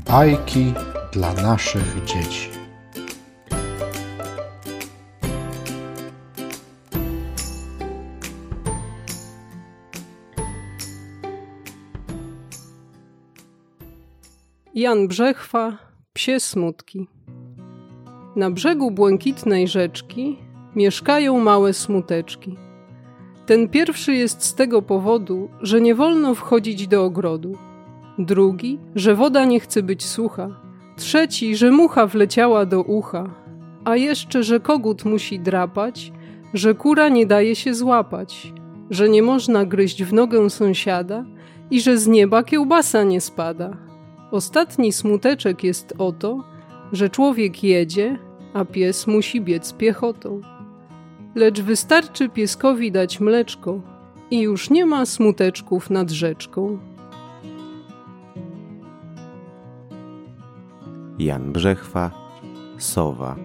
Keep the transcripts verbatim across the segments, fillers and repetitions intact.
Bajki dla naszych dzieci. Jan Brzechwa, Psie smutki. Na brzegu błękitnej rzeczki mieszkają małe smuteczki. Ten pierwszy jest z tego powodu, że nie wolno wchodzić do ogrodu. Drugi, że woda nie chce być sucha. Trzeci, że mucha wleciała do ucha. A jeszcze, że kogut musi drapać, że kura nie daje się złapać, że nie można gryźć w nogę sąsiada i że z nieba kiełbasa nie spada. Ostatni smuteczek jest o to, że człowiek jedzie, a pies musi biec piechotą. Lecz wystarczy pieskowi dać mleczko i już nie ma smuteczków nad rzeczką. Jan Brzechwa, Sowa.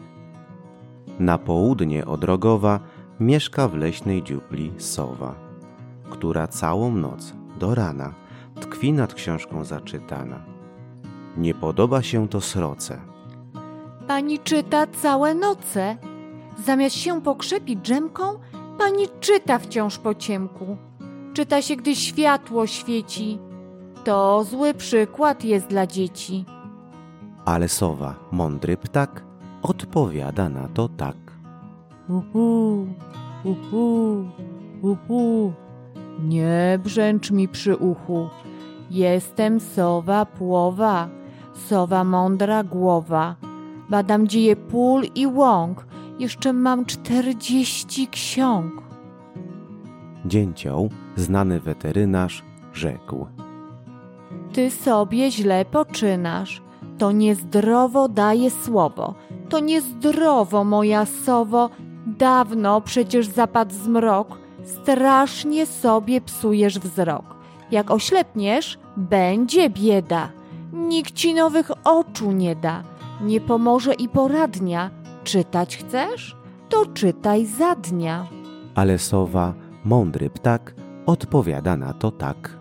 Na południe od Rogowa mieszka w leśnej dziupli sowa, która całą noc do rana tkwi nad książką zaczytana. Nie podoba się to sroce. Pani czyta całe noce. Zamiast się pokrzepić drzemką, pani czyta wciąż po ciemku. Czyta się, gdy światło świeci. To zły przykład jest dla dzieci. Ale sowa, mądry ptak, odpowiada na to tak. Uhu, uhu, uhu. Nie brzęcz mi przy uchu. Jestem sowa płowa, sowa mądra głowa. Badam dzieje pól i łąk, jeszcze mam czterdzieści ksiąg. Dzięcioł, znany weterynarz, rzekł: Ty sobie źle poczynasz, to niezdrowo daje słowo, to niezdrowo, moja sowo, dawno przecież zapadł zmrok, strasznie sobie psujesz wzrok. Jak oślepniesz, będzie bieda, nikt ci nowych oczu nie da, nie pomoże i poradnia. Czytać chcesz? To czytaj za dnia. Ale sowa, mądry ptak, odpowiada na to tak.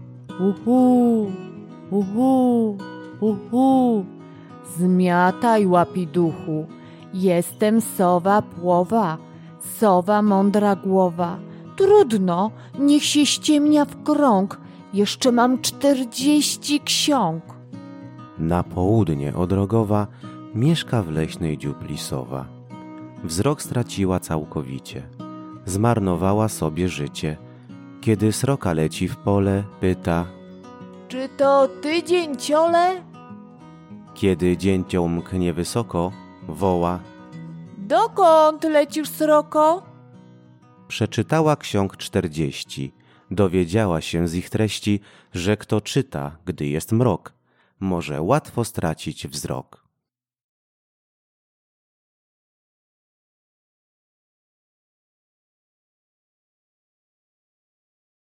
Uhu, uhu, uhu, zmiataj łapiduchu. Jestem sowa płowa, sowa mądra głowa. Trudno, niech się ściemnia w krąg, jeszcze mam czterdzieści ksiąg. Na południe od Rogowa mieszka w leśnej dziupli sowa. Wzrok straciła całkowicie, zmarnowała sobie życie. Kiedy sroka leci w pole, pyta: Czy to ty, dzięciole? Kiedy dzięcioł mknie wysoko, woła: Dokąd lecisz, sroko? Przeczytała ksiąg czterdzieści, dowiedziała się z ich treści, że kto czyta, gdy jest mrok, może łatwo stracić wzrok.